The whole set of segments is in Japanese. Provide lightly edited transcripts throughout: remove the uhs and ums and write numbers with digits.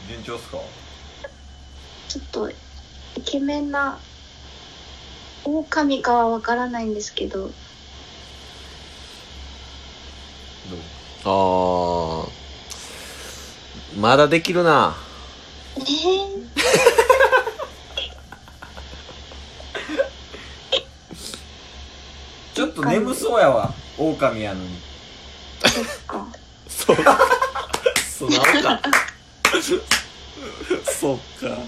順調っすか？ ちょっとイケメンな狼かはわからないんですけど。 どう？ まだできるな。 ちょっと眠そうやわ、狼やのに。 そっか。 そうなんかそっか。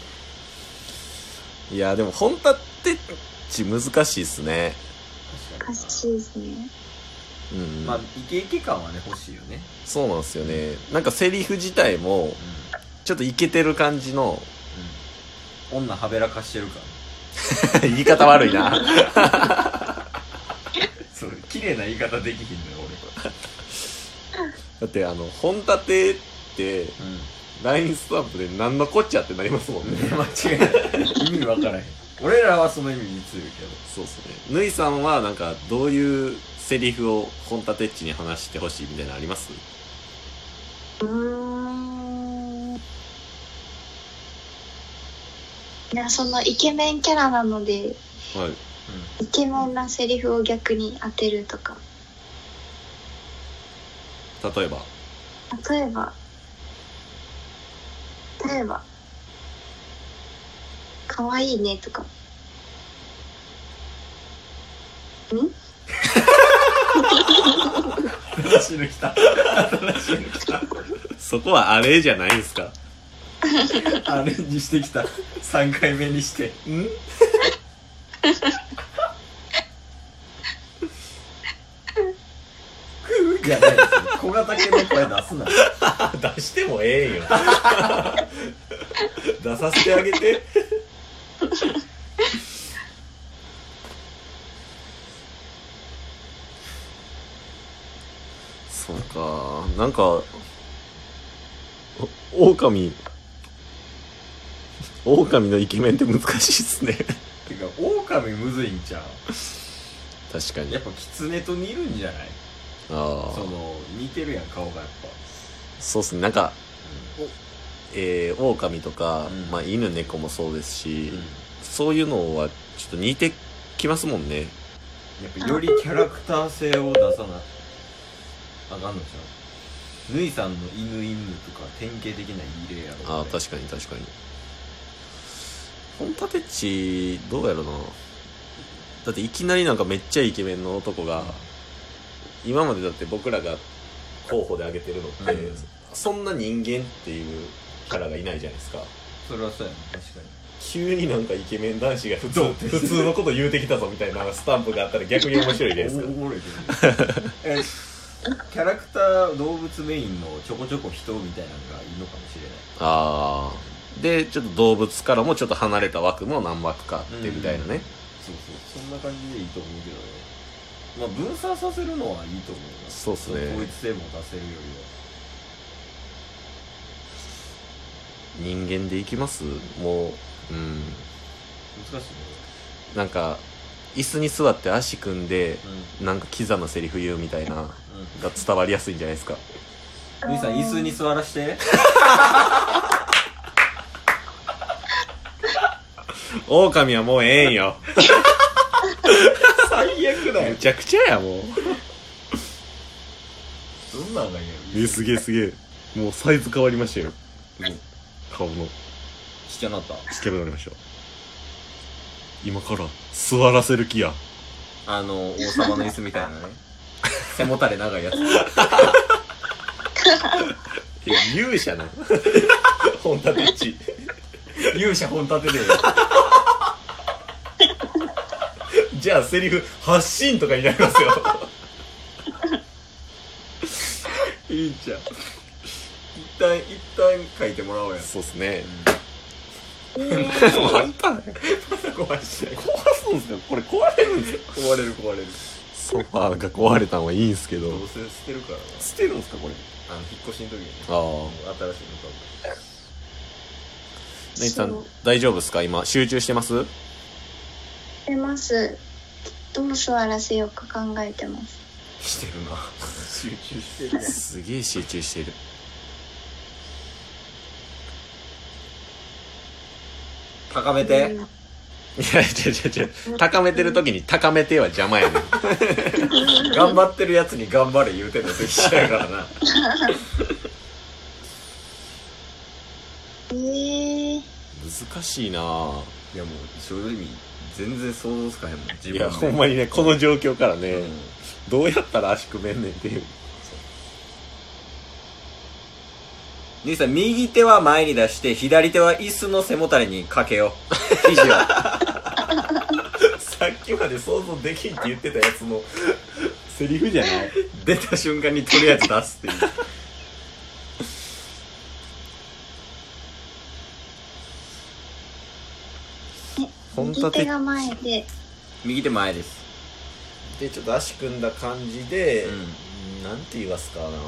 いやでも本立てっち難しいっすね。 難しいですね。 まあイケイケ感はね欲しいよね。 そうなんですよね。なんかセリフ自体もちょっとイケてる感じの、 女はべらかしてるか言い方悪いなそう綺麗な言い方できひんのよだって本立てって、LINE スタンプで何のこっちゃってなりますもんね。 間違いない。意味わからへん。俺らはその意味に通るけど。 そうっすね。ぬいさんはなんかどういうセリフを本立てっちに話してほしいみたいなのあります？ いや、そのイケメンキャラなので、 はい。 イケメンなセリフを逆に当てるとか。 例えば可愛いねとか。 新しいの来た。 そこはあれじゃないんすか？ アレンジしてきた。3回目にしていやないですよ。小型犬の声出すな。 出してもええんよ出させてあげてそうか。なんか狼のイケメンって難しいっすねてか狼むずいんちゃう？ 確かに。 やっぱ狐と似るんじゃない？その似てるやん顔がやっぱ。 そうっすね。なんか、狼とか、まあ犬猫もそうですし、そういうのはちょっと似てきますもんね。 やっぱよりキャラクター性を出さなあかんのちゃう？ぬいさんの犬とか典型的な異例やろ。 確かに本立てっちどうやろな。だっていきなりなんかめっちゃイケメンの男が、今までだって僕らが候補で挙げてるのって、そんな人間っていうキャラがいないじゃないですか。 それはそうやね。確かに急になんかイケメン男子が普通のこと言うてきたぞみたいなスタンプがあったら逆に面白いですか。 おもろいけどキャラクター動物メインのちょこちょこ人みたいなのがいいのかもしれない。 でちょっと動物からもちょっと離れた枠も何枠かあってみたいなね。 そんな感じでいいと思うけどね。まあ分散させるのはいいと思います。 そうっすね。 統一性も出せるよりは。人間でいきますもう。 難しいね。 なんか椅子に座って足組んで、なんかキザなセリフ言うみたいな、が伝わりやすいんじゃないですか。 ぬいさん椅子に座らして狼はもうええんよ最悪だよ。 めちゃくちゃやもうどんなんがいいやすげえもうサイズ変わりましたよ。顔のちっちゃなった。 ちっちゃくなりました。今から座らせる気や。 王様の椅子みたいなね背もたれ長いやつ勇者な本立てっち勇者本立てでじゃあセリフ発信とかになりますよいいじゃん。一旦書いてもらおうや。 そうっすね。 壊すんすよ。これ壊れるんですよ。壊れる。 ソファーが壊れたんはいいんすけど。 どうせ捨てるからな。 捨てるんすかこれ。 引っ越しの時にね。 新しいの買う。 ネイさん大丈夫ですか？今集中してます？ してます。どう座らせようか考えてます。 してるな。集中してる。 すげえ集中してる。 高めて、 いや違う高めてる時に高めては邪魔やねん頑張ってるやつに頑張れ言うてんのと一緒やからな難しいなぁ。 いやもう正直全然想像つかへんもん自分いやほんまにねこの状況からね、 うんどうやったら足組めんねんっていう。 兄さん右手は前に出して左手は椅子の背もたれにかけよう肘をさっきまで想像できんって言ってたやつのセリフじゃない。 出た瞬間にとりあえず出すっていう右手が前で右手前ですでちょっと足組んだ感じで、 うんなんて言わすかな。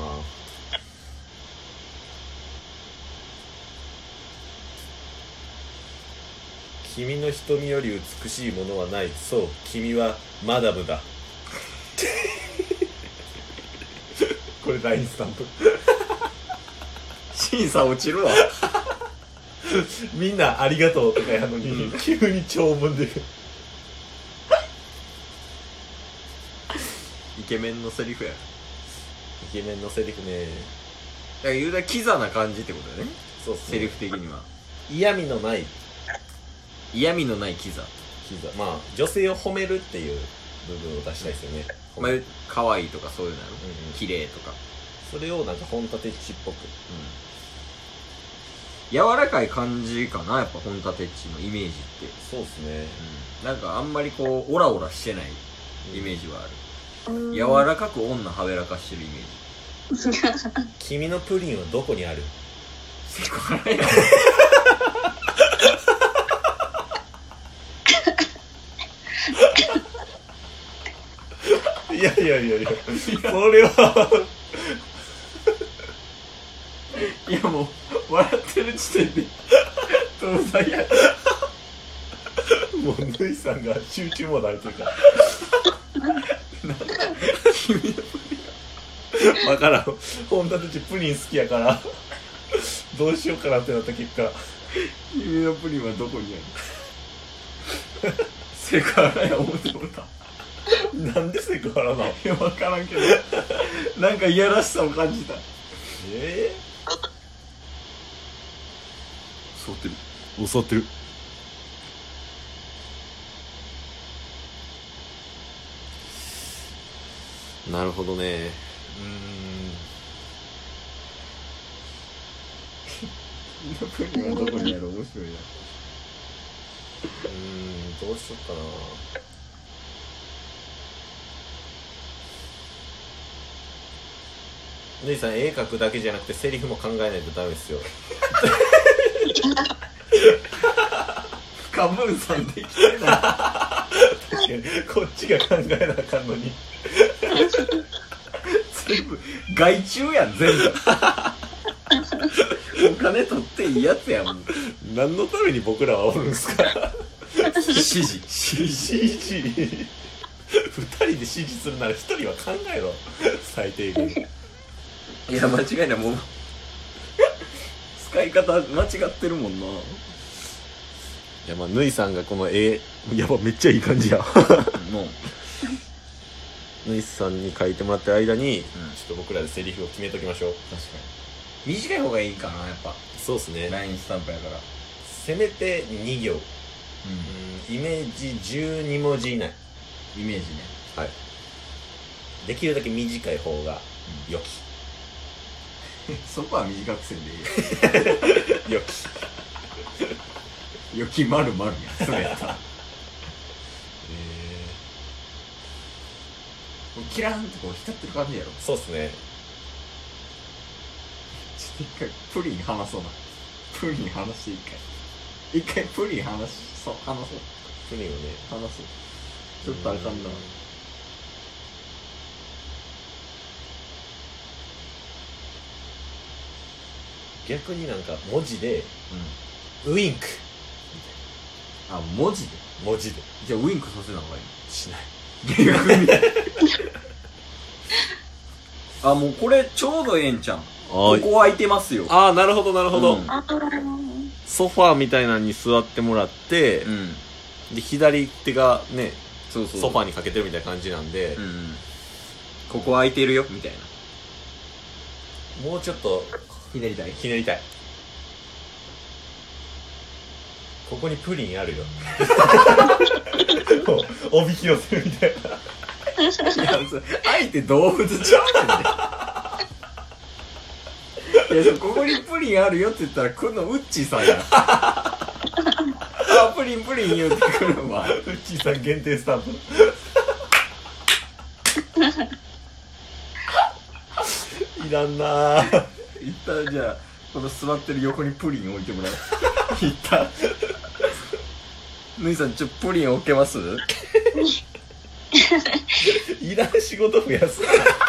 君の瞳より美しいものはない。そう君はマダムだこれ LINE スタンプ審査落ちるわみんなありがとうとかやのに、 うん急に長文でイケメンのセリフやイケメンのセリフね。 だから言うたらキザな感じってことだよねそうっすね。 セリフ的には嫌味のない嫌味のないキザまあ女性を褒めるっていう部分を出したいですよね。 お前可愛いとかそういうのやろ、 うんうん綺麗とか、 それをなんか本立てっちっぽく。 柔らかい感じかなやっぱ本立てっちのイメージって、 そうっすね。 なんかあんまりこうオラオラしてないイメージはある、柔らかく女はべらかしてるイメージ君のプリンはどこにある。 セクハラやいやそれはいやもう笑ってる時点で当然やもうぬいさんが集中モード入ってるから君の分からん。本立てっちプリン好きやからどうしようかなってなった結果、 君のプリンはどこにあるセクハラや思ってもらったなんでセクハラなの。 いや分からんけどなんかいやらしさを感じた襲ってる襲ってる。なるほどね。 君のプリンはどこにある面白いなどうしよっかな。ぬいさん絵描くだけじゃなくてセリフも考えないとダメですよ。 不可分散できてない確かにこっちが考えなあかんのに全部外注やん全部お金取っていいやつやもん何のために僕らはおるんすか。 指示指示2人で指示するなら1人は考えろ最低限。 いや間違いないもう使い方間違ってるもんないやまあぬいさんがこの絵やばめっちゃいい感じやもうぬいさんに描いてもらってる間に、 んちょっと僕らでセリフを決めときましょう。 確かに短い方がいいかなやっぱそうっすね。 LINE スタンプやからせめて2行、イメージ12文字以内。 イメージねはいできるだけ短い方が良き、 そこは短くせんでいいよ良きよきまるまるやそれやったらキラーンってこう光ってる感じやろそうっすね。 ちょっと一回プリン離そうなプリン離して一回プリン離そうプリンをね離そうちょっとあかんな逆になんか文字で、ウインクあ文字で文字でじゃあウインクさせな方がいいしない。 逆にあもうこれちょうどええんちゃんここ空いてますよああなるほどなるほど、 うんソファーみたいなのに座ってもらって、で左手がねそうそうソファーにかけてるみたいな感じなんで、 ここ空いてるよみたいな。 もうちょっとひねりたい。 ひねりたい。ここにプリンあるよおびき寄せるみたいな。 いや、相手動物ちゃうねんで。いや、ここにプリンあるよって言ったら来るのウッチーさんやん。あ、プリン言うてくるのはうっちーさん限定スタンプいらんなぁ。 一旦じゃあこの座ってる横にプリン置いてもらう。一旦ぬいさんプリン置けます？ いらん仕事増やす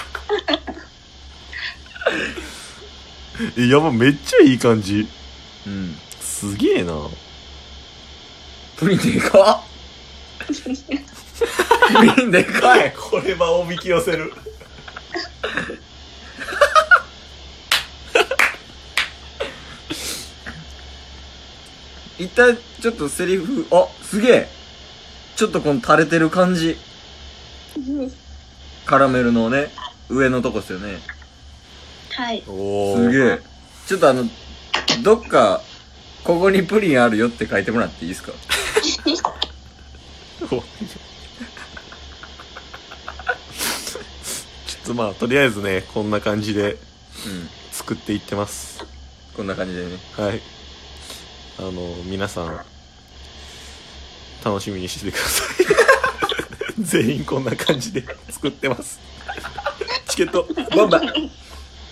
やば、めっちゃいい感じ。すげえな。 プリンでかっ。プリンでかい。 これはおびき寄せる。 一旦ちょっとセリフ、あ、すげえ。ちょっとこの垂れてる感じ。カラメルのね、上のとこっすよね。 はい。 おすげえ。ちょっとどっか、ここにプリンあるよって書いてもらっていいですか？ ちょっとまあとりあえずね、こんな感じで作っていってます。 こんな感じでね。 はい。皆さん楽しみにしててください。全員こんな感じで作ってます。チケットバンバン。